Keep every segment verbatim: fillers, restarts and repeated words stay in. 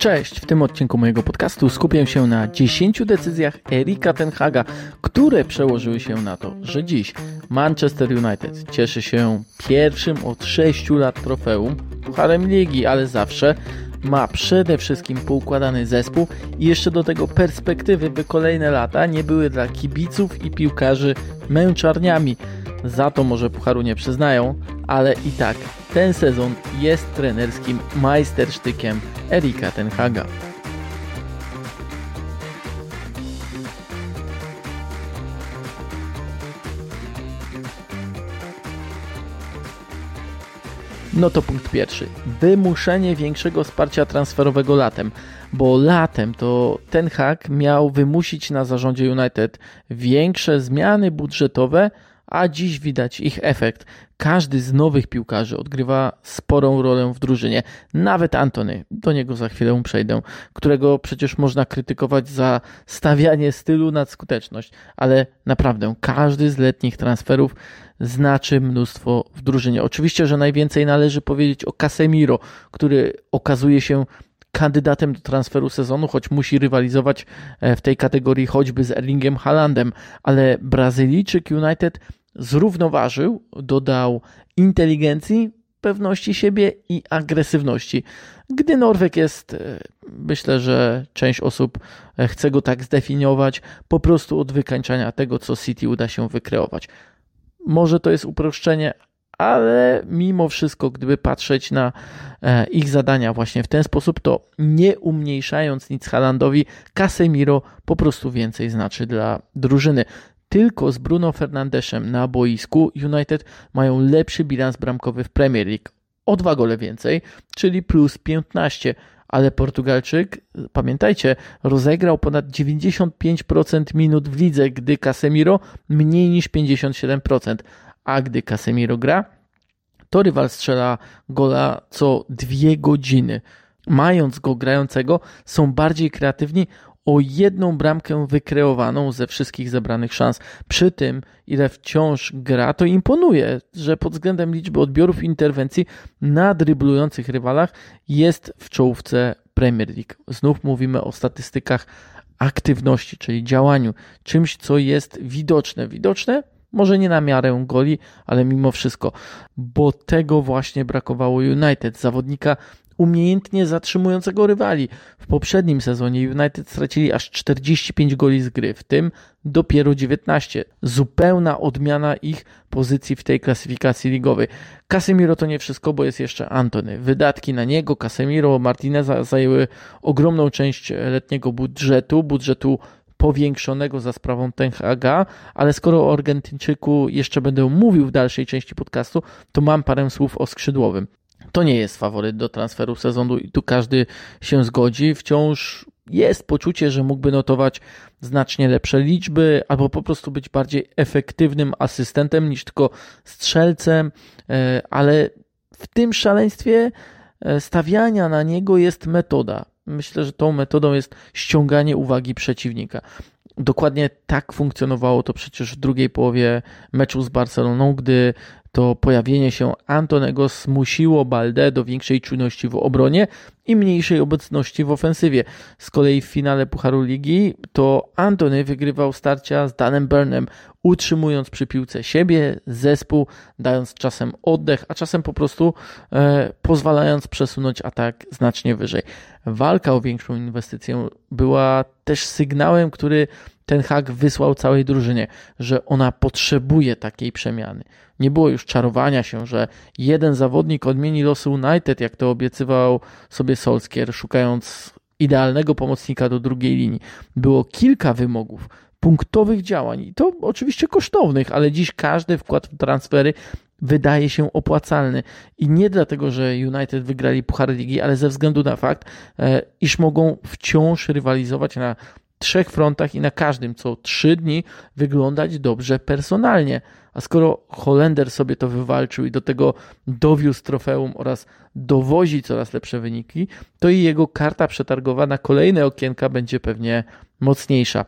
Cześć, w tym odcinku mojego podcastu skupię się na dziesięciu decyzjach Erika ten Haga, które przełożyły się na to, że dziś Manchester United cieszy się pierwszym od sześciu lat trofeum, pucharem ligi, ale zawsze ma przede wszystkim poukładany zespół i jeszcze do tego perspektywy, by kolejne lata nie były dla kibiców i piłkarzy męczarniami. Za to może pucharu nie przyznają, ale i tak ten sezon jest trenerskim majstersztykiem Erika ten Haga. No to punkt pierwszy. Wymuszenie większego wsparcia transferowego latem, bo latem to ten Hag miał wymusić na zarządzie United większe zmiany budżetowe, a dziś widać ich efekt. Każdy z nowych piłkarzy odgrywa sporą rolę w drużynie. Nawet Antony, do niego za chwilę przejdę, którego przecież można krytykować za stawianie stylu nad skuteczność, ale naprawdę każdy z letnich transferów znaczy mnóstwo w drużynie. Oczywiście, że najwięcej należy powiedzieć o Casemiro, który okazuje się kandydatem do transferu sezonu, choć musi rywalizować w tej kategorii choćby z Erlingiem Haalandem, ale Brazylijczyk United zrównoważył, dodał inteligencji, pewności siebie i agresywności. Gdy Norweg jest, myślę, że część osób chce go tak zdefiniować, po prostu od wykańczania tego, co City uda się wykreować. Może to jest uproszczenie, ale mimo wszystko, gdyby patrzeć na e, ich zadania właśnie w ten sposób, to nie umniejszając nic Haalandowi, Casemiro po prostu więcej znaczy dla drużyny. Tylko z Bruno Fernandeszem na boisku United mają lepszy bilans bramkowy w Premier League. O dwa gole więcej, czyli plus piętnaście. Ale Portugalczyk, pamiętajcie, rozegrał ponad dziewięćdziesiąt pięć procent minut w lidze, gdy Casemiro mniej niż pięćdziesiąt siedem procent. A gdy Casemiro gra, to rywal strzela gola co dwie godziny. Mając go grającego, są bardziej kreatywni o jedną bramkę wykreowaną ze wszystkich zebranych szans. Przy tym, ile wciąż gra, to imponuje, że pod względem liczby odbiorów i interwencji na dryblujących rywalach jest w czołówce Premier League. Znów mówimy o statystykach aktywności, czyli działaniu, czymś, co jest widoczne. Widoczne? Może nie na miarę goli, ale mimo wszystko, bo tego właśnie brakowało United, zawodnika umiejętnie zatrzymującego rywali. W poprzednim sezonie United stracili aż czterdzieści pięć goli z gry, w tym dopiero dziewiętnaście. Zupełna odmiana ich pozycji w tej klasyfikacji ligowej. Casemiro to nie wszystko, bo jest jeszcze Antony. Wydatki na niego, Casemiro, Martineza zajęły ogromną część letniego budżetu, budżetu powiększonego za sprawą Ten Haga, ale skoro o Argentyńczyku jeszcze będę mówił w dalszej części podcastu, to mam parę słów o skrzydłowym. To nie jest faworyt do transferu sezonu i tu każdy się zgodzi. Wciąż jest poczucie, że mógłby notować znacznie lepsze liczby albo po prostu być bardziej efektywnym asystentem niż tylko strzelcem, ale w tym szaleństwie stawiania na niego jest metoda. Myślę, że tą metodą jest ściąganie uwagi przeciwnika. Dokładnie tak funkcjonowało to przecież w drugiej połowie meczu z Barceloną, gdy to pojawienie się Antonego zmusiło Balde do większej czujności w obronie i mniejszej obecności w ofensywie. Z kolei w finale Pucharu Ligi to Antony wygrywał starcia z Danem Burnem, utrzymując przy piłce siebie, zespół, dając czasem oddech, a czasem po prostu e, pozwalając przesunąć atak znacznie wyżej. Walka o większą inwestycję była też sygnałem, który Ten Hag wysłał całej drużynie, że ona potrzebuje takiej przemiany. Nie było już czarowania się, że jeden zawodnik odmieni losy United, jak to obiecywał sobie Solskjaer, szukając idealnego pomocnika do drugiej linii. Było kilka wymogów, punktowych działań i to oczywiście kosztownych, ale dziś każdy wkład w transfery wydaje się opłacalny i nie dlatego, że United wygrali Puchar Ligi, ale ze względu na fakt, iż mogą wciąż rywalizować na trzech frontach i na każdym co trzy dni wyglądać dobrze personalnie. A skoro Holender sobie to wywalczył i do tego dowiózł trofeum oraz dowozi coraz lepsze wyniki, to i jego karta przetargowa na kolejne okienka będzie pewnie mocniejsza.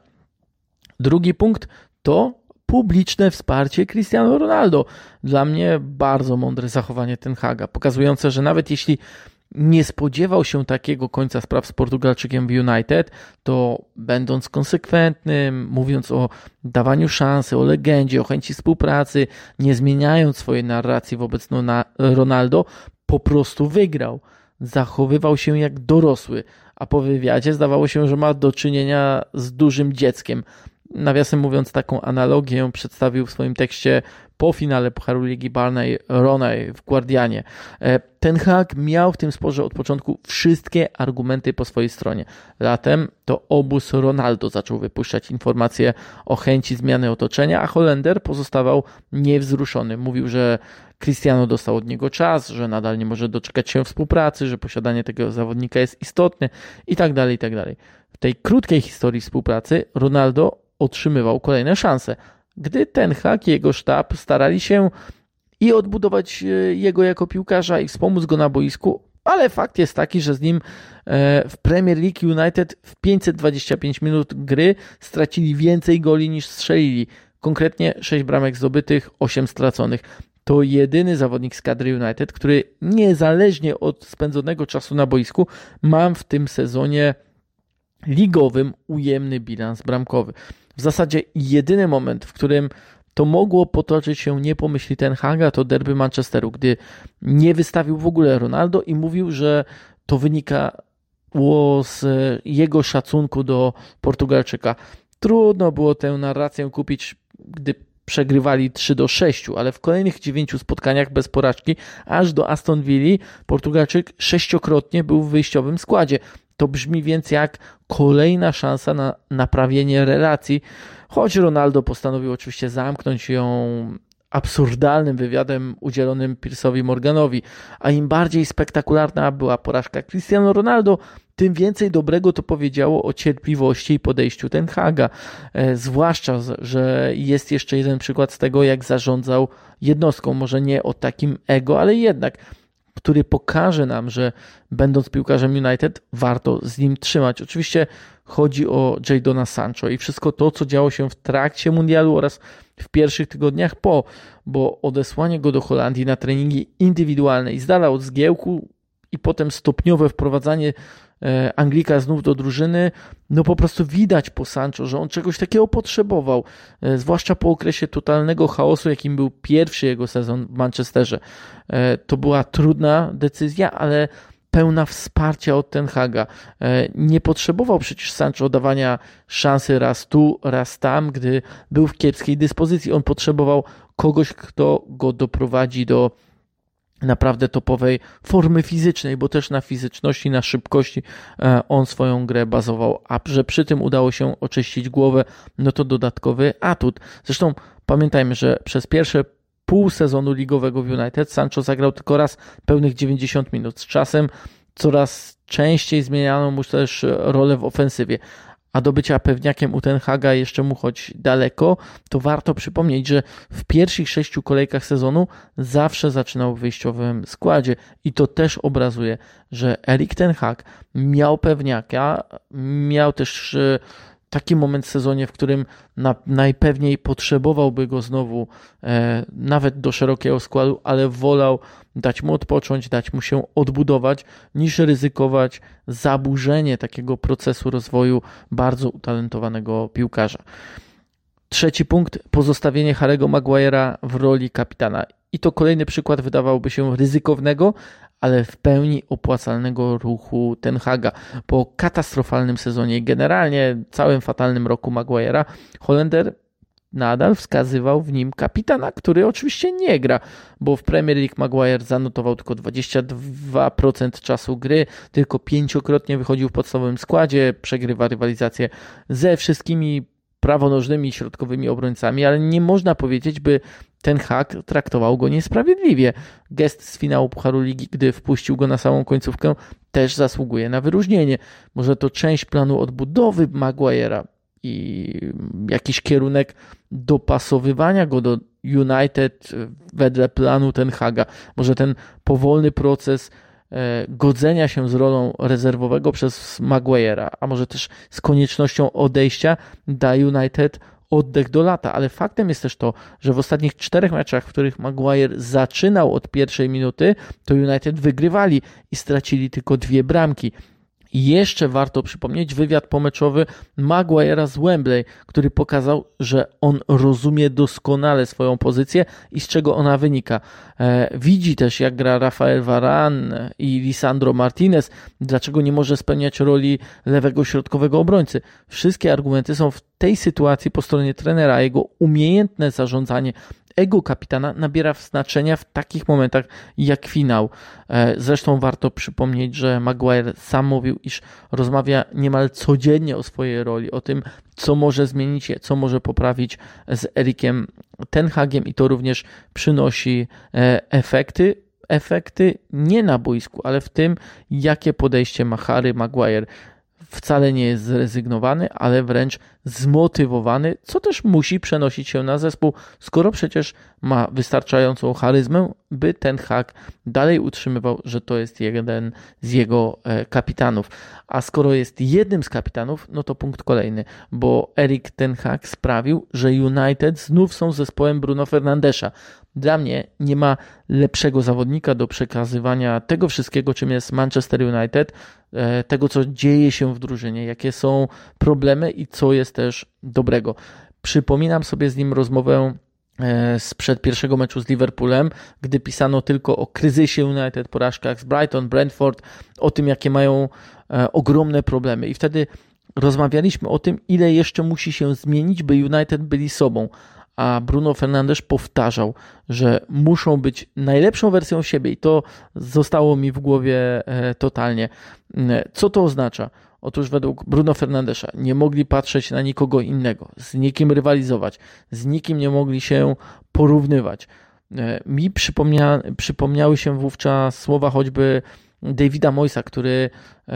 Drugi punkt to publiczne wsparcie Cristiano Ronaldo. Dla mnie bardzo mądre zachowanie Ten Haga, pokazujące, że nawet jeśli nie spodziewał się takiego końca spraw z Portugalczykiem w United, to będąc konsekwentnym, mówiąc o dawaniu szansy, o legendzie, o chęci współpracy, nie zmieniając swojej narracji wobec Ronaldo, po prostu wygrał. Zachowywał się jak dorosły, a po wywiadzie zdawało się, że ma do czynienia z dużym dzieckiem. Nawiasem mówiąc, taką analogię przedstawił w swoim tekście po finale Pucharu Ligi Barney Ronay w Guardianie. Ten Hag miał w tym sporze od początku wszystkie argumenty po swojej stronie. Latem to obóz Ronaldo zaczął wypuszczać informacje o chęci zmiany otoczenia, a Holender pozostawał niewzruszony. Mówił, że Cristiano dostał od niego czas, że nadal nie może doczekać się współpracy, że posiadanie tego zawodnika jest istotne i tak dalej, i tak dalej. W tej krótkiej historii współpracy Ronaldo otrzymywał kolejne szanse. Gdy Ten Hag i jego sztab starali się i odbudować jego jako piłkarza i wspomóc go na boisku, ale fakt jest taki, że z nim w Premier League United w pięćset dwadzieścia pięć minut gry stracili więcej goli niż strzelili. Konkretnie sześć bramek zdobytych, osiem straconych. To jedyny zawodnik z kadry United, który niezależnie od spędzonego czasu na boisku ma w tym sezonie ligowym ujemny bilans bramkowy. W zasadzie jedyny moment, w którym to mogło potoczyć się nie po myśli Ten Haga, to derby Manchesteru, gdy nie wystawił w ogóle Ronaldo i mówił, że to wynikało z jego szacunku do Portugalczyka. Trudno było tę narrację kupić, gdy przegrywali trzy do sześciu, ale w kolejnych dziewięciu spotkaniach bez porażki, aż do Aston Villa, Portugalczyk sześciokrotnie był w wyjściowym składzie. To brzmi więc jak kolejna szansa na naprawienie relacji, choć Ronaldo postanowił oczywiście zamknąć ją absurdalnym wywiadem udzielonym Pierce'owi Morganowi, a im bardziej spektakularna była porażka Cristiano Ronaldo, tym więcej dobrego to powiedziało o cierpliwości i podejściu Ten Haga. E, zwłaszcza, że jest jeszcze jeden przykład z tego, jak zarządzał jednostką, może nie o takim ego, ale jednak, który pokaże nam, że będąc piłkarzem United warto z nim trzymać. Oczywiście chodzi o Jadona Sancho i wszystko to, co działo się w trakcie mundialu oraz w pierwszych tygodniach po, bo odesłanie go do Holandii na treningi indywidualne i z dala od zgiełku i potem stopniowe wprowadzanie Anglika znów do drużyny, no po prostu widać po Sancho, że on czegoś takiego potrzebował, zwłaszcza po okresie totalnego chaosu, jakim był pierwszy jego sezon w Manchesterze. To była trudna decyzja, ale pełna wsparcia od Ten Haga. Nie potrzebował przecież Sancho dawania szansy raz tu, raz tam, gdy był w kiepskiej dyspozycji. On potrzebował kogoś, kto go doprowadzi do naprawdę topowej formy fizycznej, bo też na fizyczności, na szybkości on swoją grę bazował, a że przy tym udało się oczyścić głowę, no to dodatkowy atut. Zresztą pamiętajmy, że przez pierwsze pół sezonu ligowego w United Sancho zagrał tylko raz pełnych dziewięćdziesiąt minut. Z czasem coraz częściej zmieniano mu też rolę w ofensywie, a do bycia pewniakiem u Ten Haga jeszcze mu choć daleko, to warto przypomnieć, że w pierwszych sześciu kolejkach sezonu zawsze zaczynał w wyjściowym składzie i to też obrazuje, że Erik Ten Hag miał pewniaka, miał też taki moment w sezonie, w którym na, najpewniej potrzebowałby go znowu e, nawet do szerokiego składu, ale wolał dać mu odpocząć, dać mu się odbudować, niż ryzykować zaburzenie takiego procesu rozwoju bardzo utalentowanego piłkarza. Trzeci punkt, pozostawienie Harry'ego Maguire'a w roli kapitana. I to kolejny przykład wydawałoby się ryzykownego, ale w pełni opłacalnego ruchu Ten Haga. Po katastrofalnym sezonie, generalnie całym fatalnym roku Maguire'a, Holender nadal wskazywał w nim kapitana, który oczywiście nie gra, bo w Premier League Maguire zanotował tylko dwadzieścia dwa procent czasu gry, tylko pięciokrotnie wychodził w podstawowym składzie, przegrywa rywalizację ze wszystkimi prawonożnymi środkowymi obrońcami, ale nie można powiedzieć, by Ten Hag traktował go niesprawiedliwie. Gest z finału Pucharu Ligi, gdy wpuścił go na samą końcówkę, też zasługuje na wyróżnienie. Może to część planu odbudowy Maguire'a i jakiś kierunek dopasowywania go do United wedle planu Ten Haga. Może ten powolny proces godzenia się z rolą rezerwowego przez Maguire'a, a może też z koniecznością odejścia da United oddech do lata, ale faktem jest też to, że w ostatnich czterech meczach, w których Maguire zaczynał od pierwszej minuty, to United wygrywali i stracili tylko dwie bramki. I jeszcze warto przypomnieć wywiad pomeczowy Maguire'a z Wembley, który pokazał, że on rozumie doskonale swoją pozycję i z czego ona wynika. E, widzi też, jak gra Rafael Varane i Lisandro Martinez, dlaczego nie może spełniać roli lewego środkowego obrońcy. Wszystkie argumenty są w tej sytuacji po stronie trenera, jego umiejętne zarządzanie. Ego kapitana nabiera znaczenia w takich momentach jak finał. Zresztą warto przypomnieć, że Maguire sam mówił, iż rozmawia niemal codziennie o swojej roli, o tym, co może zmienić, co może poprawić z Erikiem Ten Hagiem i to również przynosi efekty. Efekty nie na boisku, ale w tym, jakie podejście ma Harry Maguire. Wcale nie jest zrezygnowany, ale wręcz zmotywowany, co też musi przenosić się na zespół, skoro przecież ma wystarczającą charyzmę, by Ten Hag dalej utrzymywał, że to jest jeden z jego kapitanów. A skoro jest jednym z kapitanów, no to punkt kolejny, bo Erik Ten Hag sprawił, że United znów są zespołem Bruno Fernandesza. Dla mnie nie ma lepszego zawodnika do przekazywania tego wszystkiego, czym jest Manchester United, tego, co dzieje się w drużynie, jakie są problemy i co jest też dobrego. Przypominam sobie z nim rozmowę sprzed pierwszego meczu z Liverpoolem, gdy pisano tylko o kryzysie United, porażkach z Brighton, Brentford, o tym, jakie mają ogromne problemy. I wtedy rozmawialiśmy o tym, ile jeszcze musi się zmienić, by United byli sobą. A Bruno Fernandes powtarzał, że muszą być najlepszą wersją siebie i to zostało mi w głowie totalnie. Co to oznacza? Otóż według Bruno Fernandesza nie mogli patrzeć na nikogo innego, z nikim rywalizować, z nikim nie mogli się porównywać. Mi przypomnia, przypomniały się wówczas słowa choćby Davida Moyesa, który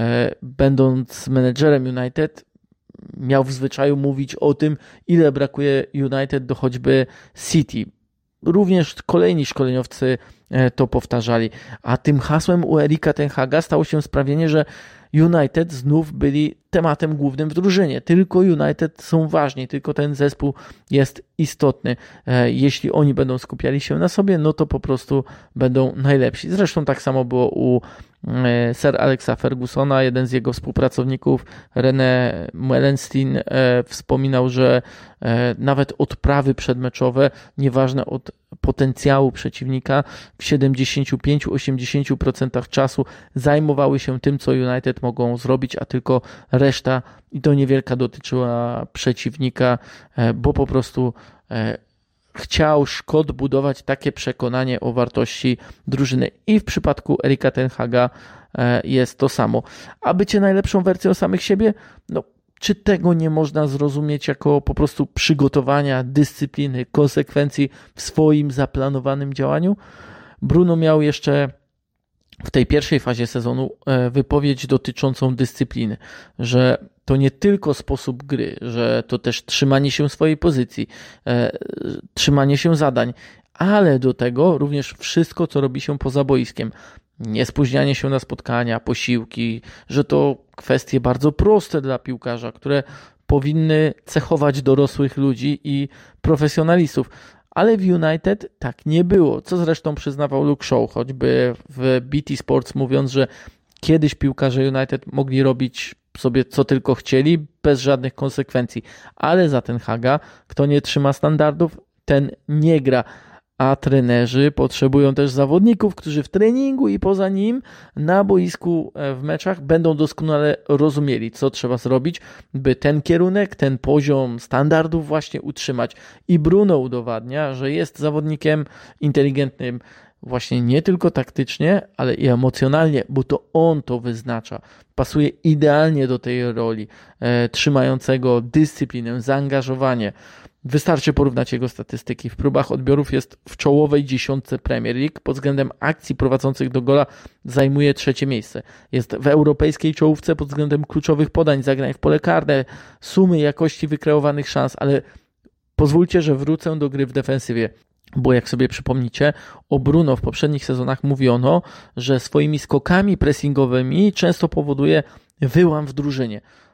będąc menedżerem United miał w zwyczaju mówić o tym, ile brakuje United do choćby City. Również kolejni szkoleniowcy to powtarzali. A tym hasłem u Erika Ten Haga stało się sprawienie, że United znów byli tematem głównym w drużynie. Tylko United są ważni, tylko ten zespół jest istotny. Jeśli oni będą skupiali się na sobie, no to po prostu będą najlepsi. Zresztą tak samo było u Sir Alexa Fergusona. Jeden z jego współpracowników, René Melenstein, wspominał, że nawet odprawy przedmeczowe, nieważne od potencjału przeciwnika, w siedemdziesiąt pięć do osiemdziesięciu procent czasu zajmowały się tym, co United mogą zrobić, a tylko reszta, i to niewielka, dotyczyła przeciwnika, bo po prostu chciał Szkot budować takie przekonanie o wartości drużyny. I w przypadku Erika Ten Haga jest to samo. A bycie najlepszą wersją samych siebie? No, czy tego nie można zrozumieć jako po prostu przygotowania, dyscypliny, konsekwencji w swoim zaplanowanym działaniu? Bruno miał jeszcze w tej pierwszej fazie sezonu wypowiedź dotyczącą dyscypliny, że to nie tylko sposób gry, że to też trzymanie się swojej pozycji, trzymanie się zadań, ale do tego również wszystko, co robi się poza boiskiem. Nie spóźnianie się na spotkania, posiłki, że to kwestie bardzo proste dla piłkarza, które powinny cechować dorosłych ludzi i profesjonalistów. Ale w United tak nie było, co zresztą przyznawał Luke Shaw, choćby w B T Sports, mówiąc, że kiedyś piłkarze United mogli robić sobie co tylko chcieli, bez żadnych konsekwencji. Ale za Ten Haga, kto nie trzyma standardów, ten nie gra. A trenerzy potrzebują też zawodników, którzy w treningu i poza nim na boisku w meczach będą doskonale rozumieli, co trzeba zrobić, by ten kierunek, ten poziom standardów właśnie utrzymać. I Bruno udowadnia, że jest zawodnikiem inteligentnym właśnie nie tylko taktycznie, ale i emocjonalnie, bo to on to wyznacza. Pasuje idealnie do tej roli, e, trzymającego dyscyplinę, zaangażowanie. Wystarczy porównać jego statystyki. W próbach odbiorów jest w czołowej dziesiątce Premier League. Pod względem akcji prowadzących do gola zajmuje trzecie miejsce. Jest w europejskiej czołówce pod względem kluczowych podań, zagrań w pole karne, sumy jakości wykreowanych szans, ale pozwólcie, że wrócę do gry w defensywie. Bo jak sobie przypomnicie, o Bruno w poprzednich sezonach mówiono, że swoimi skokami pressingowymi często powoduje wyłam w drużynie.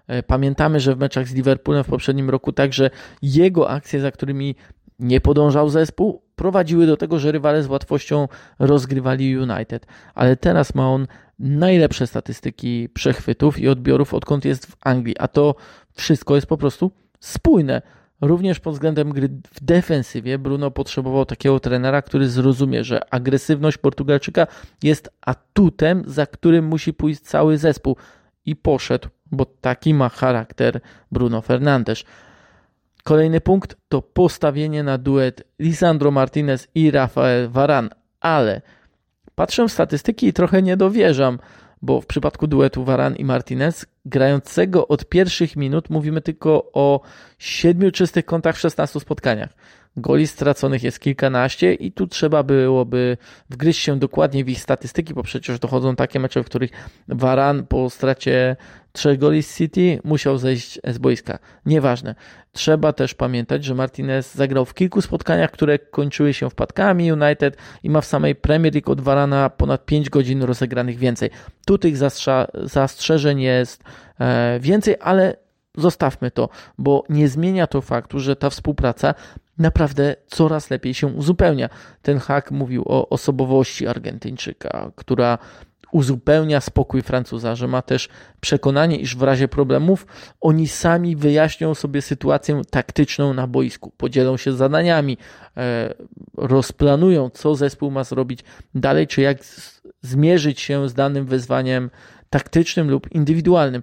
Pamiętamy, że w meczach z Liverpoolem w poprzednim roku także jego akcje, za którymi nie podążał zespół, prowadziły do tego, że rywale z łatwością rozgrywali United. Ale teraz ma on najlepsze statystyki przechwytów i odbiorów, odkąd jest w Anglii. A to wszystko jest po prostu spójne. Również pod względem gry w defensywie Bruno potrzebował takiego trenera, który zrozumie, że agresywność Portugalczyka jest atutem, za którym musi pójść cały zespół. I poszedł, bo taki ma charakter Bruno Fernandes. Kolejny punkt to postawienie na duet Lisandro Martinez i Rafael Varane, ale patrzę w statystyki i trochę nie dowierzam, bo w przypadku duetu Varane i Martinez grającego od pierwszych minut mówimy tylko o siedmiu czystych kątach w szesnastu spotkaniach. Goli straconych jest kilkanaście i tu trzeba byłoby wgryźć się dokładnie w ich statystyki, bo przecież dochodzą takie mecze, w których Varane po stracie trzech goli z City musiał zejść z boiska. Nieważne. Trzeba też pamiętać, że Martinez zagrał w kilku spotkaniach, które kończyły się wpadkami United i ma w samej Premier League od Varana ponad pięć godzin rozegranych więcej. Tu tych zastrza- zastrzeżeń jest e, więcej, ale zostawmy to, bo nie zmienia to faktu, że ta współpraca naprawdę coraz lepiej się uzupełnia. Ten Hag mówił o osobowości Argentyńczyka, która uzupełnia spokój Francuza, że ma też przekonanie, iż w razie problemów oni sami wyjaśnią sobie sytuację taktyczną na boisku, podzielą się zadaniami, e, rozplanują, co zespół ma zrobić dalej, czy jak z- zmierzyć się z danym wyzwaniem taktycznym lub indywidualnym.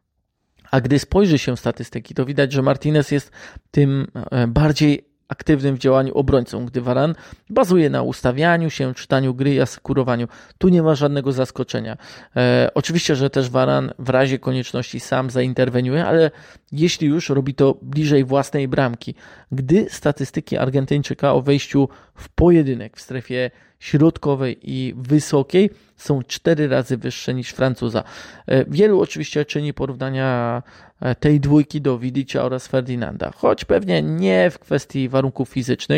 A gdy spojrzy się w statystyki, to widać, że Martinez jest tym bardziej aktywnym w działaniu obrońcą, gdy Varane bazuje na ustawianiu się, czytaniu gry i asekurowaniu. Tu nie ma żadnego zaskoczenia. E, oczywiście, że też Varane w razie konieczności sam zainterweniuje, ale jeśli już, robi to bliżej własnej bramki. Gdy statystyki Argentyńczyka o wejściu w pojedynek w strefie środkowej i wysokiej są cztery razy wyższe niż Francuza. Wielu oczywiście czyni porównania tej dwójki do Vidicia oraz Ferdinanda, choć pewnie nie w kwestii warunków fizycznych,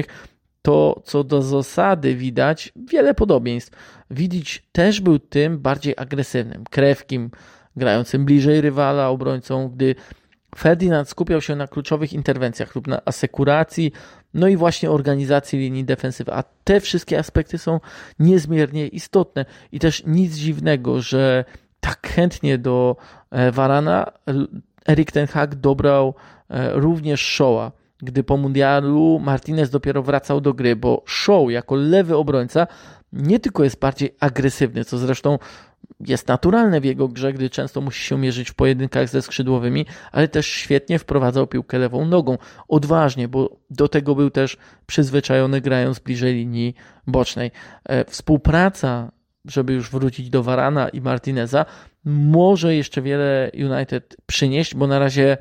to co do zasady widać wiele podobieństw. Vidic też był tym bardziej agresywnym, krewkim, grającym bliżej rywala, obrońcą, gdy Ferdinand skupiał się na kluczowych interwencjach lub na asekuracji, no i właśnie organizacji linii defensywy, a te wszystkie aspekty są niezmiernie istotne i też nic dziwnego, że tak chętnie do Varana Erik ten Hag dobrał również Shawa, gdy po mundialu Martinez dopiero wracał do gry, bo Shaw jako lewy obrońca nie tylko jest bardziej agresywny, co zresztą jest naturalne w jego grze, gdy często musi się mierzyć w pojedynkach ze skrzydłowymi, ale też świetnie wprowadzał piłkę lewą nogą. Odważnie, bo do tego był też przyzwyczajony grając bliżej linii bocznej. Współpraca, żeby już wrócić do Varana i Martineza, może jeszcze wiele United przynieść, bo na razie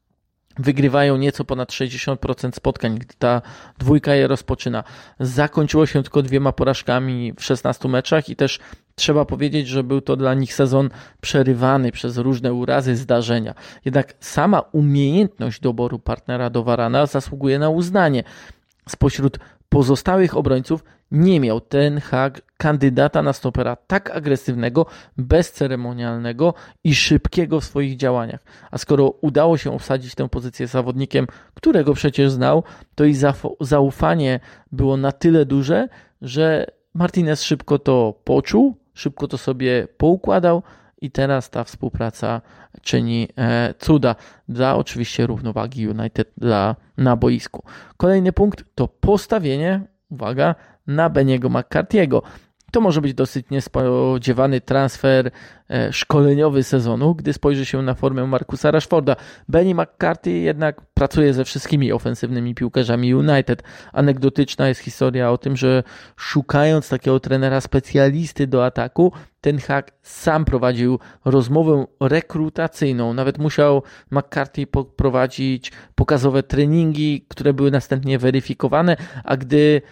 wygrywają nieco ponad sześćdziesiąt procent spotkań, gdy ta dwójka je rozpoczyna. Zakończyło się tylko dwiema porażkami w szesnastu meczach i też trzeba powiedzieć, że był to dla nich sezon przerywany przez różne urazy, zdarzenia. Jednak sama umiejętność doboru partnera do Varana zasługuje na uznanie. Spośród pozostałych obrońców nie miał ten Hag kandydata na stopera tak agresywnego, bezceremonialnego i szybkiego w swoich działaniach. A skoro udało się obsadzić tę pozycję zawodnikiem, którego przecież znał, to i zaufanie było na tyle duże, że Martinez szybko to poczuł, szybko to sobie poukładał i teraz ta współpraca czyni e, cuda dla oczywiście równowagi United dla, na boisku. Kolejny punkt to postawienie, uwaga, na Beniego McCarthy'ego. To może być dosyć niespodziewany transfer e, szkoleniowy sezonu, gdy spojrzy się na formę Marcusa Rashforda. Benny McCarthy jednak pracuje ze wszystkimi ofensywnymi piłkarzami United. Anegdotyczna jest historia o tym, że szukając takiego trenera specjalisty do ataku, ten Hag sam prowadził rozmowę rekrutacyjną. Nawet musiał McCarthy poprowadzić pokazowe treningi, które były następnie weryfikowane, a gdy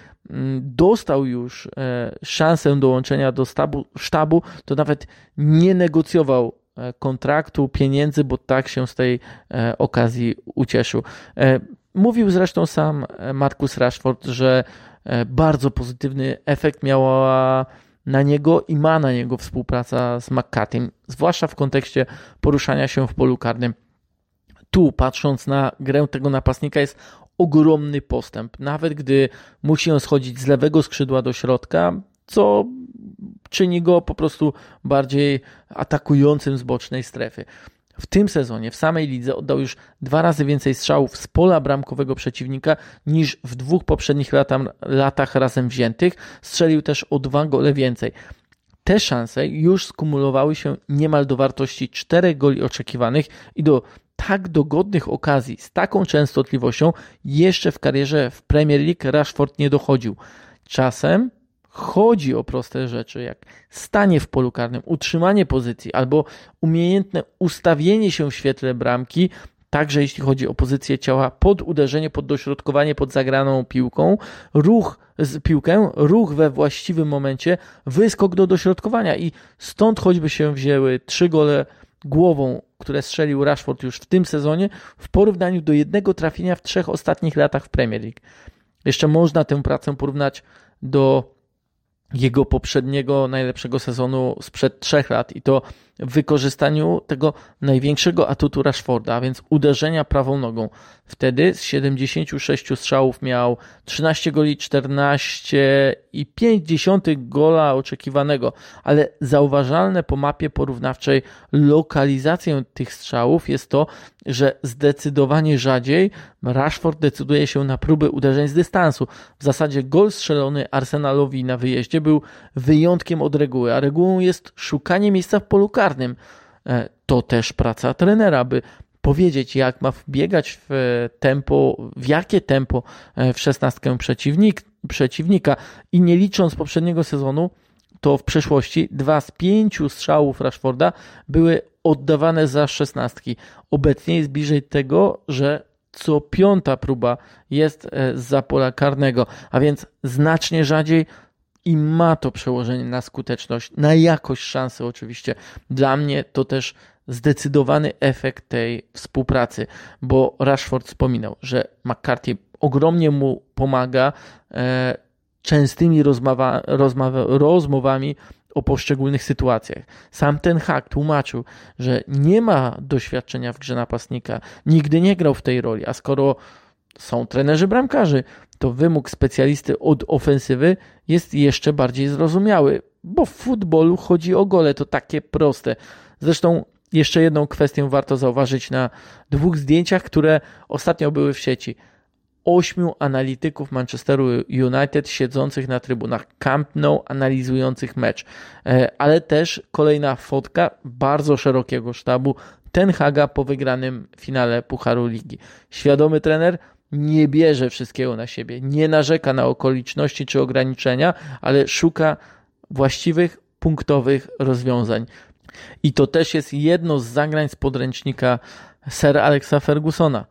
dostał już szansę dołączenia do sztabu, sztabu, to nawet nie negocjował kontraktu, pieniędzy, bo tak się z tej okazji ucieszył. Mówił zresztą sam Marcus Rashford, że bardzo pozytywny efekt miała na niego i ma na niego współpraca z McCarthym, zwłaszcza w kontekście poruszania się w polu karnym. tu, patrząc na grę tego napastnika, jest ogromny postęp. Nawet gdy musi on schodzić z lewego skrzydła do środka, co czyni go po prostu bardziej atakującym z bocznej strefy. W tym sezonie w samej lidze oddał już dwa razy więcej strzałów z pola bramkowego przeciwnika niż w dwóch poprzednich latach, latach razem wziętych. Strzelił też o dwa gole więcej. Te szanse już skumulowały się niemal do wartości czterech goli oczekiwanych i do tak dogodnych okazji z taką częstotliwością jeszcze w karierze w Premier League Rashford nie dochodził. Czasem chodzi o proste rzeczy, jak stanie w polu karnym, utrzymanie pozycji albo umiejętne ustawienie się w świetle bramki, także jeśli chodzi o pozycję ciała pod uderzenie, pod dośrodkowanie, pod zagraną piłką, ruch z piłkę, ruch we właściwym momencie, wyskok do dośrodkowania i stąd choćby się wzięły trzy gole głową, które strzelił Rashford już w tym sezonie w porównaniu do jednego trafienia w trzech ostatnich latach w Premier League. Jeszcze można tę pracę porównać do jego poprzedniego najlepszego sezonu sprzed trzech lat i to w wykorzystaniu tego największego atutu Rashforda, a więc uderzenia prawą nogą. Wtedy z siedemdziesięciu sześciu strzałów miał trzynaście goli, czternaście i pięć dziesiątych gola oczekiwanego, ale zauważalne po mapie porównawczej lokalizacją tych strzałów jest to, że zdecydowanie rzadziej Rashford decyduje się na próby uderzeń z dystansu. W zasadzie gol strzelony Arsenalowi na wyjeździe był wyjątkiem od reguły, a regułą jest szukanie miejsca w polu karnym. To też praca trenera, by powiedzieć, jak ma wbiegać w tempo, w jakie tempo w szesnastkę przeciwnik, przeciwnika i nie licząc poprzedniego sezonu, to w przeszłości dwa z pięciu strzałów Rashforda były oddawane za szesnastki. Obecnie jest bliżej tego, że co piąta próba jest zza pola karnego, a więc znacznie rzadziej i ma to przełożenie na skuteczność, na jakość szansy oczywiście. Dla mnie to też zdecydowany efekt tej współpracy, bo Rashford wspominał, że McCarthy ogromnie mu pomaga e, częstymi rozmowa, rozmowa, rozmowami o poszczególnych sytuacjach. Sam Ten Hag tłumaczył, że nie ma doświadczenia w grze napastnika, nigdy nie grał w tej roli, a skoro są trenerzy bramkarzy, to wymóg specjalisty od ofensywy jest jeszcze bardziej zrozumiały, bo w futbolu chodzi o gole, to takie proste. Zresztą jeszcze jedną kwestię warto zauważyć na dwóch zdjęciach, które ostatnio były w sieci. Ośmiu analityków Manchesteru United siedzących na trybunach Camp Nou, analizujących mecz. Ale też kolejna fotka bardzo szerokiego sztabu Ten Haga po wygranym finale Pucharu Ligi. Świadomy trener nie bierze wszystkiego na siebie, nie narzeka na okoliczności czy ograniczenia, ale szuka właściwych, punktowych rozwiązań. I to też jest jedno z zagrań z podręcznika Sir Alexa Fergusona.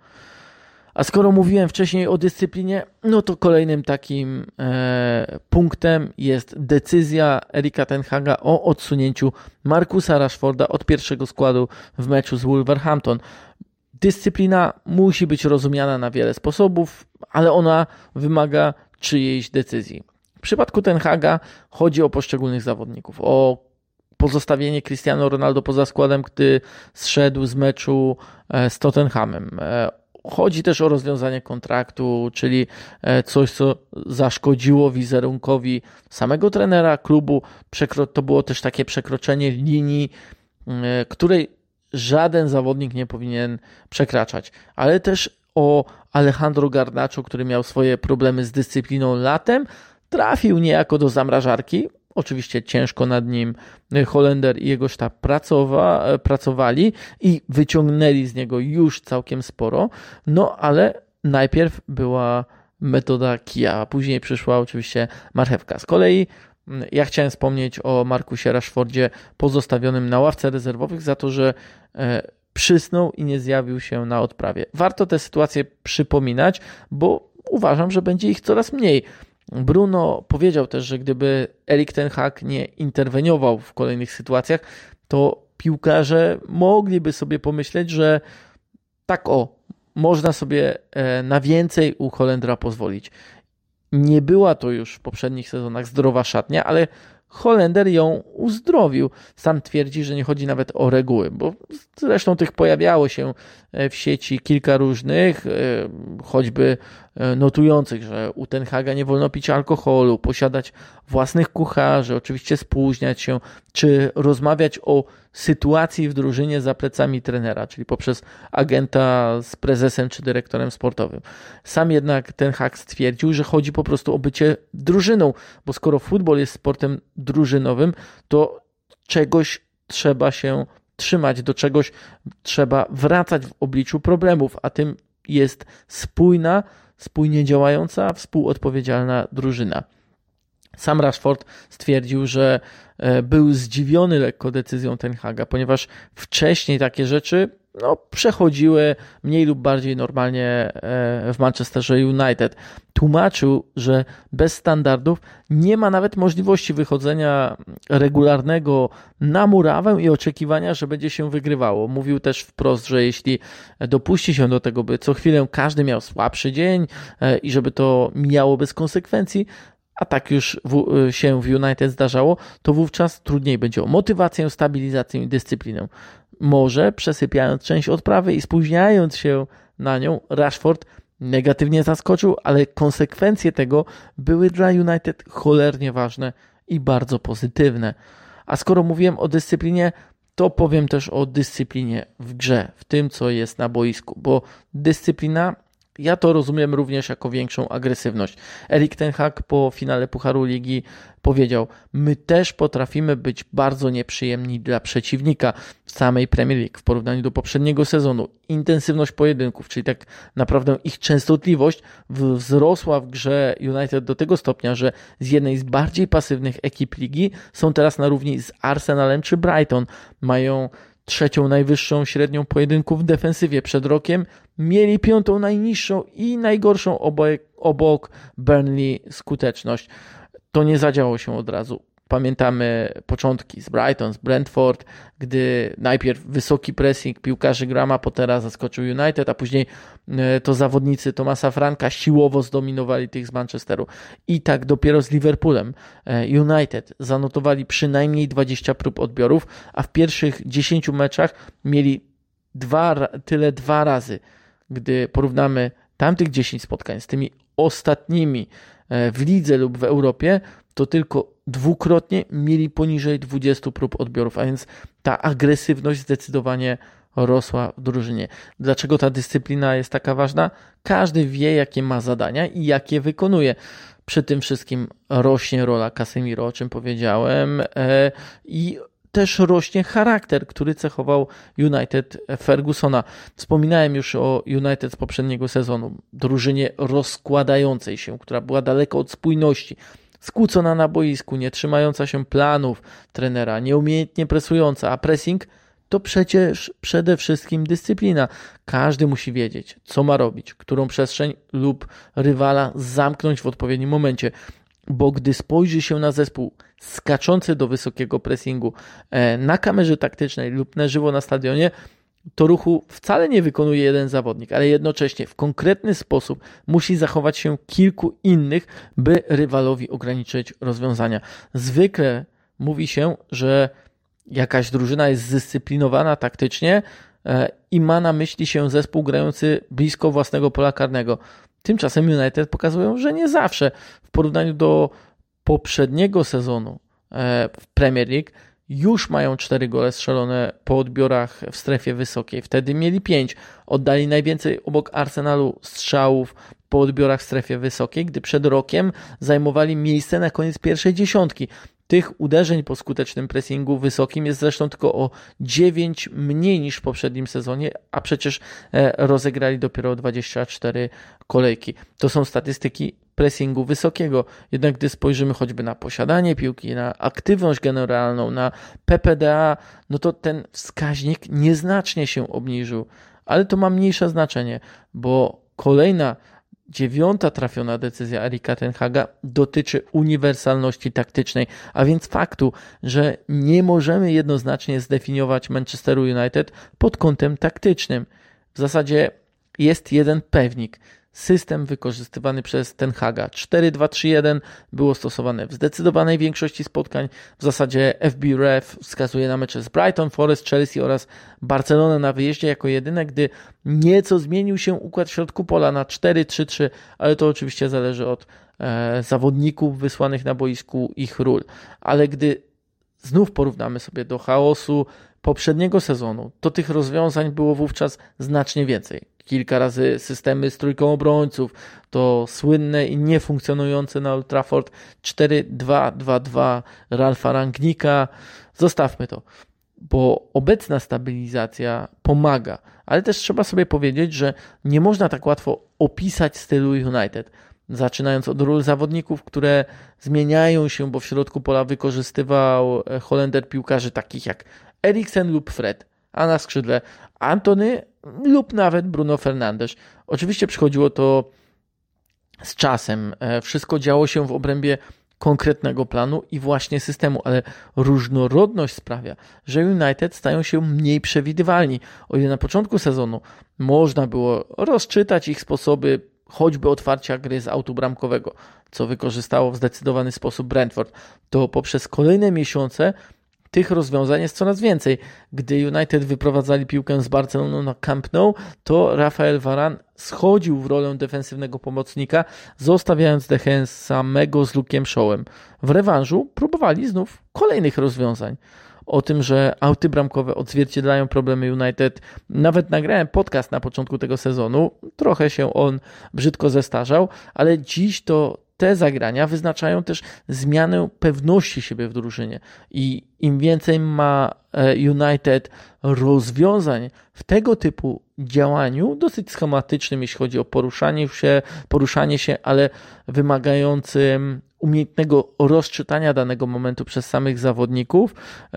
A skoro mówiłem wcześniej o dyscyplinie, no to kolejnym takim e, punktem jest decyzja Erika Ten Haga o odsunięciu Marcusa Rashforda od pierwszego składu w meczu z Wolverhampton. Dyscyplina musi być rozumiana na wiele sposobów, ale ona wymaga czyjejś decyzji. W przypadku Ten Haga chodzi o poszczególnych zawodników, o pozostawienie Cristiano Ronaldo poza składem, gdy zszedł z meczu z Tottenhamem. Chodzi też o rozwiązanie kontraktu, czyli coś, co zaszkodziło wizerunkowi samego trenera klubu. To było też takie przekroczenie linii, której żaden zawodnik nie powinien przekraczać. Ale też o Alejandro Garnacho, który miał swoje problemy z dyscypliną latem, trafił niejako do zamrażarki. Oczywiście ciężko nad nim Holender i jego sztab pracowa, pracowali i wyciągnęli z niego już całkiem sporo, no ale najpierw była metoda kija, a później przyszła oczywiście marchewka. Z kolei ja chciałem wspomnieć o Marcusie Rashfordzie pozostawionym na ławce rezerwowych za to, że przysnął i nie zjawił się na odprawie. Warto tę sytuację przypominać, bo uważam, że będzie ich coraz mniej. Bruno powiedział też, że gdyby Erik Ten Hag nie interweniował w kolejnych sytuacjach, to piłkarze mogliby sobie pomyśleć, że tak o, można sobie na więcej u Holendra pozwolić. Nie była to już w poprzednich sezonach zdrowa szatnia, ale Holender ją uzdrowił. Sam twierdzi, że nie chodzi nawet o reguły, bo zresztą tych pojawiało się w sieci kilka różnych, choćby notujących, że u Ten Haga nie wolno pić alkoholu, posiadać własnych kucharzy, oczywiście spóźniać się, czy rozmawiać o sytuacji w drużynie za plecami trenera, czyli poprzez agenta z prezesem czy dyrektorem sportowym. Sam jednak Ten Hag stwierdził, że chodzi po prostu o bycie drużyną, bo skoro futbol jest sportem drużynowym, to czegoś trzeba się trzymać, do czegoś trzeba wracać w obliczu problemów, a tym jest spójna, spójnie działająca, współodpowiedzialna drużyna. Sam Rashford stwierdził, że był zdziwiony lekko decyzją Ten Haga, ponieważ wcześniej takie rzeczy no, przechodziły mniej lub bardziej normalnie w Manchesterze United. Tłumaczył, że bez standardów nie ma nawet możliwości wychodzenia regularnego na murawę i oczekiwania, że będzie się wygrywało. Mówił też wprost, że jeśli dopuści się do tego, by co chwilę każdy miał słabszy dzień i żeby to mijało bez konsekwencji, a tak już w, się w United zdarzało, to wówczas trudniej będzie o motywację, stabilizację i dyscyplinę. Może przesypiając część odprawy i spóźniając się na nią, Rashford negatywnie zaskoczył, ale konsekwencje tego były dla United cholernie ważne i bardzo pozytywne. A skoro mówiłem o dyscyplinie, to powiem też o dyscyplinie w grze, w tym co jest na boisku, bo dyscyplina, ja to rozumiem również jako większą agresywność. Erik Ten Hag po finale Pucharu Ligi powiedział: my też potrafimy być bardzo nieprzyjemni dla przeciwnika w samej Premier League w porównaniu do poprzedniego sezonu. Intensywność pojedynków, czyli tak naprawdę ich częstotliwość wzrosła w grze United do tego stopnia, że z jednej z bardziej pasywnych ekip ligi są teraz na równi z Arsenalem czy Brighton. Mają trzecią najwyższą średnią pojedynków w defensywie. Przed rokiem mieli piątą najniższą i najgorszą obok, obok Burnley skuteczność. To nie zadziało się od razu. Pamiętamy początki z Brighton, z Brentford, gdy najpierw wysoki pressing piłkarzy Grahama Pottera zaskoczył United, a później to zawodnicy Thomasa Franka siłowo zdominowali tych z Manchesteru. I tak dopiero z Liverpoolem United zanotowali przynajmniej dwadzieścia prób odbiorów, a w pierwszych dziesięciu meczach mieli dwa, tyle dwa razy. Gdy porównamy tamtych dziesięć spotkań z tymi ostatnimi w lidze lub w Europie, to tylko dwukrotnie mieli poniżej dwudziestu prób odbiorów, a więc ta agresywność zdecydowanie rosła w drużynie. Dlaczego ta dyscyplina jest taka ważna? Każdy wie, jakie ma zadania i jakie wykonuje. Przy tym wszystkim rośnie rola Casemiro, o czym powiedziałem, i też rośnie charakter, który cechował United Fergusona. Wspominałem już o United z poprzedniego sezonu. Drużynie rozkładającej się, która była daleko od spójności. Skłócona na boisku, nie trzymająca się planów trenera, nieumiejętnie presująca, a pressing to przecież przede wszystkim dyscyplina. Każdy musi wiedzieć, co ma robić, którą przestrzeń lub rywala zamknąć w odpowiednim momencie. Bo gdy spojrzy się na zespół skaczący do wysokiego pressingu na kamerze taktycznej lub na żywo na stadionie, to ruchu wcale nie wykonuje jeden zawodnik, ale jednocześnie w konkretny sposób musi zachować się kilku innych, by rywalowi ograniczyć rozwiązania. Zwykle mówi się, że jakaś drużyna jest zdyscyplinowana taktycznie i ma na myśli się zespół grający blisko własnego pola karnego. Tymczasem United pokazują, że nie zawsze. W porównaniu do poprzedniego sezonu w Premier League już mają cztery gole strzelone po odbiorach w strefie wysokiej. Wtedy mieli pięć. Oddali najwięcej obok Arsenalu strzałów po odbiorach w strefie wysokiej, gdy przed rokiem zajmowali miejsce na koniec pierwszej dziesiątki. Tych uderzeń po skutecznym pressingu wysokim jest zresztą tylko o dziewięć mniej niż w poprzednim sezonie, a przecież rozegrali dopiero dwadzieścia cztery kolejki. To są statystyki pressingu wysokiego. Jednak gdy spojrzymy choćby na posiadanie piłki, na aktywność generalną, na P P D A, no to ten wskaźnik nieznacznie się obniżył. Ale to ma mniejsze znaczenie, bo kolejna dziewiąta trafiona decyzja Erika Ten Haga dotyczy uniwersalności taktycznej, a więc faktu, że nie możemy jednoznacznie zdefiniować Manchesteru United pod kątem taktycznym. W zasadzie jest jeden pewnik. system wykorzystywany przez Ten Haga. cztery dwa trzy jeden było stosowane w zdecydowanej większości spotkań. W zasadzie F B Ref wskazuje na mecze z Brighton, Forest, Chelsea oraz Barcelonę na wyjeździe jako jedyne, gdy nieco zmienił się układ w środku pola na cztery trzy trzy, ale to oczywiście zależy od e, zawodników wysłanych na boisku, ich ról. Ale gdy znów porównamy sobie do chaosu poprzedniego sezonu, to tych rozwiązań było wówczas znacznie więcej. Kilka razy systemy z trójką obrońców, to słynne i niefunkcjonujące na Old Trafford cztery dwa dwa dwa Ralfa Rangnicka. Zostawmy to, bo obecna stabilizacja pomaga, ale też trzeba sobie powiedzieć, że nie można tak łatwo opisać stylu United. Zaczynając od ról zawodników, które zmieniają się, bo w środku pola wykorzystywał Holender piłkarzy takich jak Eriksen lub Fred, a na skrzydle Antony lub nawet Bruno Fernandes. Oczywiście przychodziło to z czasem. Wszystko działo się w obrębie konkretnego planu i właśnie systemu, ale różnorodność sprawia, że United stają się mniej przewidywalni. O ile na początku sezonu można było rozczytać ich sposoby, choćby otwarcia gry z autu bramkowego, co wykorzystało w zdecydowany sposób Brentford, to poprzez kolejne miesiące tych rozwiązań jest coraz więcej. Gdy United wyprowadzali piłkę z Barceloną na Camp Nou, to Rafael Varane schodził w rolę defensywnego pomocnika, zostawiając De Gea samego z Luke'em Shawem. W rewanżu próbowali znów kolejnych rozwiązań. O tym, że auty bramkowe odzwierciedlają problemy United, nawet nagrałem podcast na początku tego sezonu. Trochę się on brzydko zestarzał, ale dziś to te zagrania wyznaczają też zmianę pewności siebie w drużynie i im więcej ma United rozwiązań w tego typu działaniu, dosyć schematycznym, jeśli chodzi o poruszanie się, poruszanie się, ale wymagającym umiejętnego rozczytania danego momentu przez samych zawodników,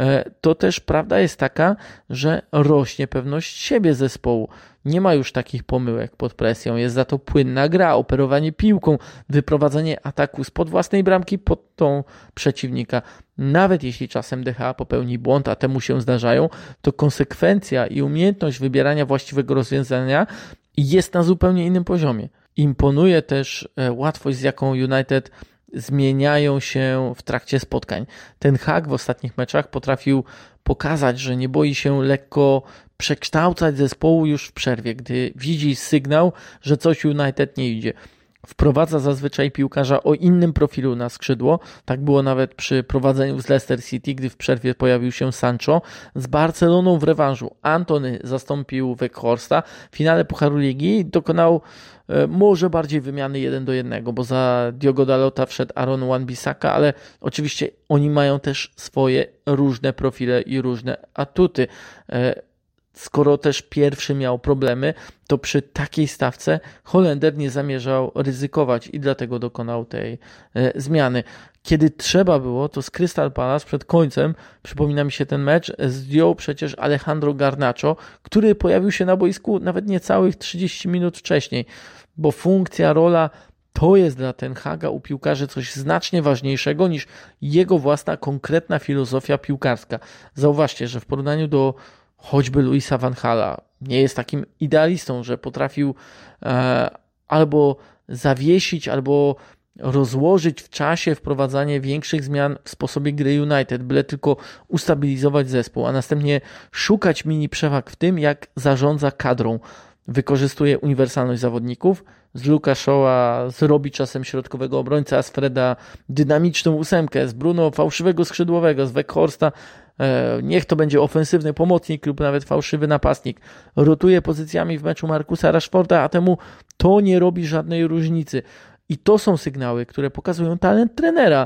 to też prawda jest taka, że rośnie pewność siebie zespołu. Nie ma już takich pomyłek pod presją, jest za to płynna gra, operowanie piłką, wyprowadzenie ataku spod własnej bramki pod tą przeciwnika. Nawet jeśli czasem De Gea popełni błąd, a temu się zdarzają, to konsekwencja i umiejętność wybierania właściwego rozwiązania jest na zupełnie innym poziomie. Imponuje też łatwość, z jaką United zmieniają się w trakcie spotkań. Ten Hag w ostatnich meczach potrafił pokazać, że nie boi się lekko przekształcać zespołu już w przerwie, gdy widzi sygnał, że coś United nie idzie. Wprowadza zazwyczaj piłkarza o innym profilu na skrzydło. Tak było nawet przy prowadzeniu z Leicester City, gdy w przerwie pojawił się Sancho. Z Barceloną w rewanżu Antony zastąpił Weghorsta. W finale Pucharu Ligi dokonał e, może bardziej wymiany jeden do jednego, bo za Diogo Dalota wszedł Aaron Wan-Bissaka, ale oczywiście oni mają też swoje różne profile i różne atuty. E, Skoro też pierwszy miał problemy, to przy takiej stawce Holender nie zamierzał ryzykować i dlatego dokonał tej e, zmiany. Kiedy trzeba było, to z Crystal Palace przed końcem, przypomina mi się ten mecz, zdjął przecież Alejandro Garnacho, który pojawił się na boisku nawet niecałych trzydzieści minut wcześniej, bo funkcja, rola to jest dla Ten Haga u piłkarzy coś znacznie ważniejszego niż jego własna konkretna filozofia piłkarska. Zauważcie, że w porównaniu do choćby Louisa van Gaala nie jest takim idealistą, że potrafił e, albo zawiesić, albo rozłożyć w czasie wprowadzanie większych zmian w sposobie gry United, byle tylko ustabilizować zespół, a następnie szukać mini przewag w tym, jak zarządza kadrą. Wykorzystuje uniwersalność zawodników, z Luke'a Shawa zrobi czasem środkowego obrońcę, a z Freda dynamiczną ósemkę, z Bruno fałszywego skrzydłowego, z Weghorsta niech to będzie ofensywny pomocnik lub nawet fałszywy napastnik. Rotuje pozycjami w meczu Marcusa Rashforda, a temu to nie robi żadnej różnicy. I to są sygnały, które pokazują talent trenera.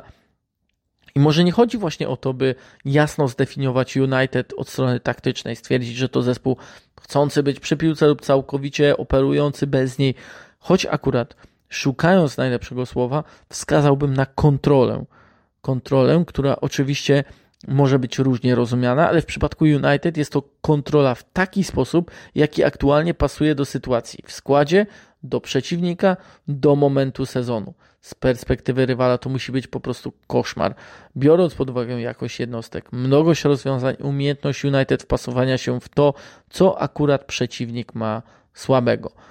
I może nie chodzi właśnie o to, by jasno zdefiniować United od strony taktycznej, stwierdzić, że to zespół chcący być przy piłce lub całkowicie operujący bez niej. Choć akurat szukając najlepszego słowa, wskazałbym na kontrolę. Kontrolę, która oczywiście może być różnie rozumiana, ale w przypadku United jest to kontrola w taki sposób, jaki aktualnie pasuje do sytuacji w składzie, do przeciwnika, do momentu sezonu. Z perspektywy rywala to musi być po prostu koszmar. Biorąc pod uwagę jakość jednostek, mnogość rozwiązań, umiejętność United wpasowania się w to, co akurat przeciwnik ma słabego.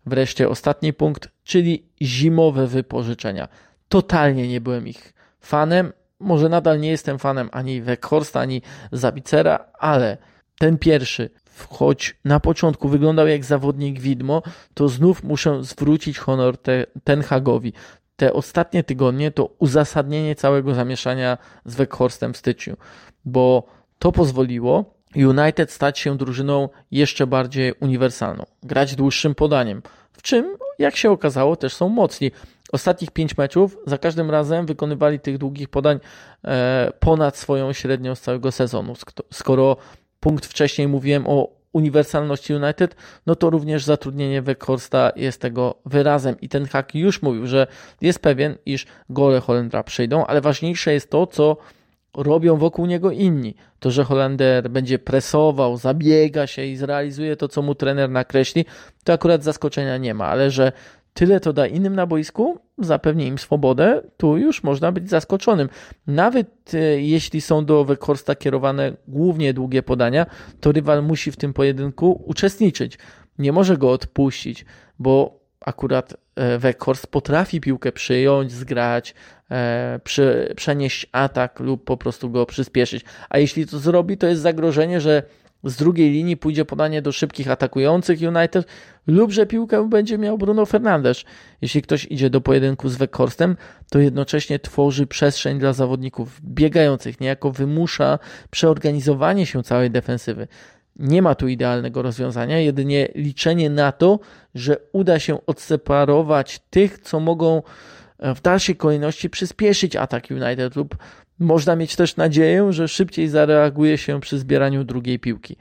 wreszcie ostatni punkt, czyli zimowe wypożyczenia. Totalnie nie byłem ich fanem, może nadal nie jestem fanem ani Weghorsta, ani Sabicera, ale ten pierwszy, choć na początku wyglądał jak zawodnik widmo, to znów muszę zwrócić honor te, Ten Hagowi. Te ostatnie tygodnie to uzasadnienie całego zamieszania z Weghorstem w styczniu, bo to pozwoliło United stać się drużyną jeszcze bardziej uniwersalną, grać dłuższym podaniem, w czym, jak się okazało, też są mocni. Ostatnich pięć meczów za każdym razem wykonywali tych długich podań e, ponad swoją średnią z całego sezonu. Skoro punkt wcześniej mówiłem o uniwersalności United, no to również zatrudnienie Weghorsta jest tego wyrazem i Ten Hag już mówił, że jest pewien, iż gole Holendra przyjdą, ale ważniejsze jest to, co robią wokół niego inni. To, że Holender będzie presował, zabiega się i zrealizuje to, co mu trener nakreśli, to akurat zaskoczenia nie ma, ale że tyle to da innym na boisku, zapewni im swobodę, tu już można być zaskoczonym. Nawet e, jeśli są do Weghorsta kierowane głównie długie podania, to rywal musi w tym pojedynku uczestniczyć. Nie może go odpuścić, bo akurat e, Weghorst potrafi piłkę przyjąć, zgrać, e, przy, przenieść atak lub po prostu go przyspieszyć. A jeśli to zrobi, to jest zagrożenie, że z drugiej linii pójdzie podanie do szybkich atakujących United lub że piłkę będzie miał Bruno Fernandes. Jeśli ktoś idzie do pojedynku z Weghorstem, to jednocześnie tworzy przestrzeń dla zawodników biegających, niejako wymusza przeorganizowanie się całej defensywy. Nie ma tu idealnego rozwiązania, jedynie liczenie na to, że uda się odseparować tych, co mogą w dalszej kolejności przyspieszyć atak United lub można mieć też nadzieję, że szybciej zareaguje się przy zbieraniu drugiej piłki.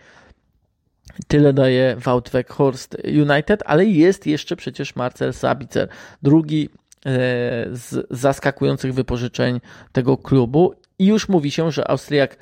Tyle daje Wout Weghorst United, ale jest jeszcze przecież Marcel Sabitzer, drugi z zaskakujących wypożyczeń tego klubu i już mówi się, że Austriak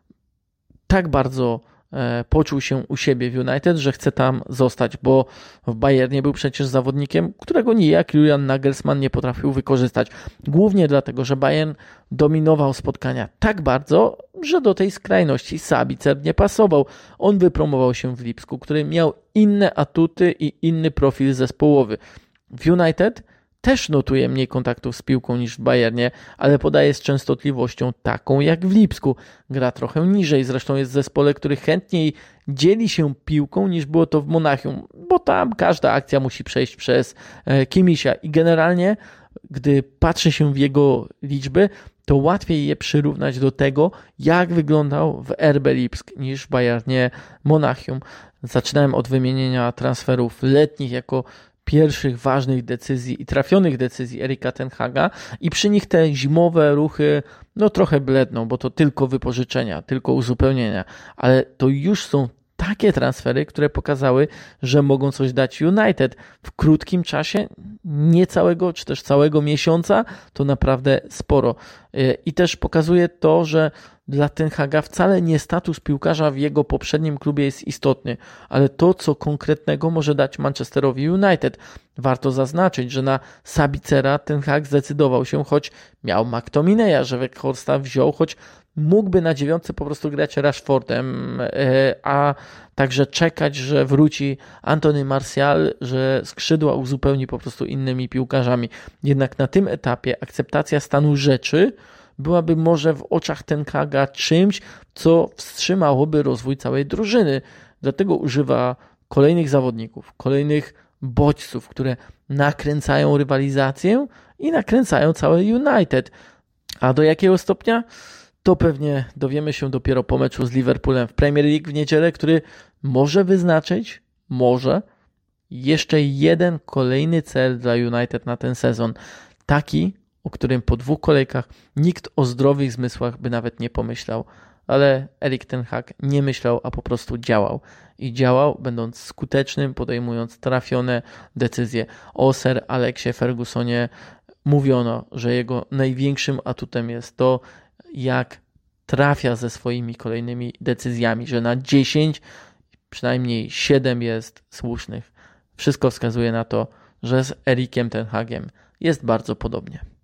tak bardzo poczuł się u siebie w United, że chce tam zostać, bo w Bayernie był przecież zawodnikiem, którego nijak Julian Nagelsmann nie potrafił wykorzystać. Głównie dlatego, że Bayern dominował spotkania tak bardzo, że do tej skrajności Sabitzer nie pasował. On wypromował się w Lipsku, który miał inne atuty i inny profil zespołowy. W United też notuje mniej kontaktów z piłką niż w Bayernie, ale podaje z częstotliwością taką jak w Lipsku. Gra trochę niżej, zresztą jest w zespole, który chętniej dzieli się piłką niż było to w Monachium, bo tam każda akcja musi przejść przez Kimisia i generalnie, gdy patrzy się w jego liczby, to łatwiej je przyrównać do tego, jak wyglądał w R B Lipsk niż w Bayernie Monachium. Zaczynałem od wymienienia transferów letnich jako pierwszych ważnych decyzji i trafionych decyzji Erika Ten Haga i przy nich te zimowe ruchy no trochę bledną, bo to tylko wypożyczenia, tylko uzupełnienia, ale to już są takie transfery, które pokazały, że mogą coś dać United w krótkim czasie, nie całego czy też całego miesiąca, to naprawdę sporo. I też pokazuje to, że dla Ten Haga wcale nie status piłkarza w jego poprzednim klubie jest istotny, ale to, co konkretnego może dać Manchesterowi United. Warto zaznaczyć, że na Sabicera Ten Hag zdecydował się, choć miał McTominaya, że Weghorsta wziął, choć mógłby na dziewiątce po prostu grać Rashfordem, a także czekać, że wróci Anthony Martial, że skrzydła uzupełni po prostu innymi piłkarzami. Jednak na tym etapie akceptacja stanu rzeczy byłaby może w oczach Ten Haga czymś, co wstrzymałoby rozwój całej drużyny. Dlatego używa kolejnych zawodników, kolejnych bodźców, które nakręcają rywalizację i nakręcają całe United. A do jakiego stopnia? To pewnie dowiemy się dopiero po meczu z Liverpoolem w Premier League w niedzielę, który może wyznaczyć, może, jeszcze jeden kolejny cel dla United na ten sezon. Taki, o którym po dwóch kolejkach nikt o zdrowych zmysłach by nawet nie pomyślał. Ale Erik Ten Hag nie myślał, a po prostu działał. I działał, będąc skutecznym, podejmując trafione decyzje. O Sir Aleksie Fergusonie mówiono, że jego największym atutem jest to, jak trafia ze swoimi kolejnymi decyzjami, że na dziesięć przynajmniej siedem jest słusznych. Wszystko wskazuje na to, że z Erikiem Ten Hagiem jest bardzo podobnie.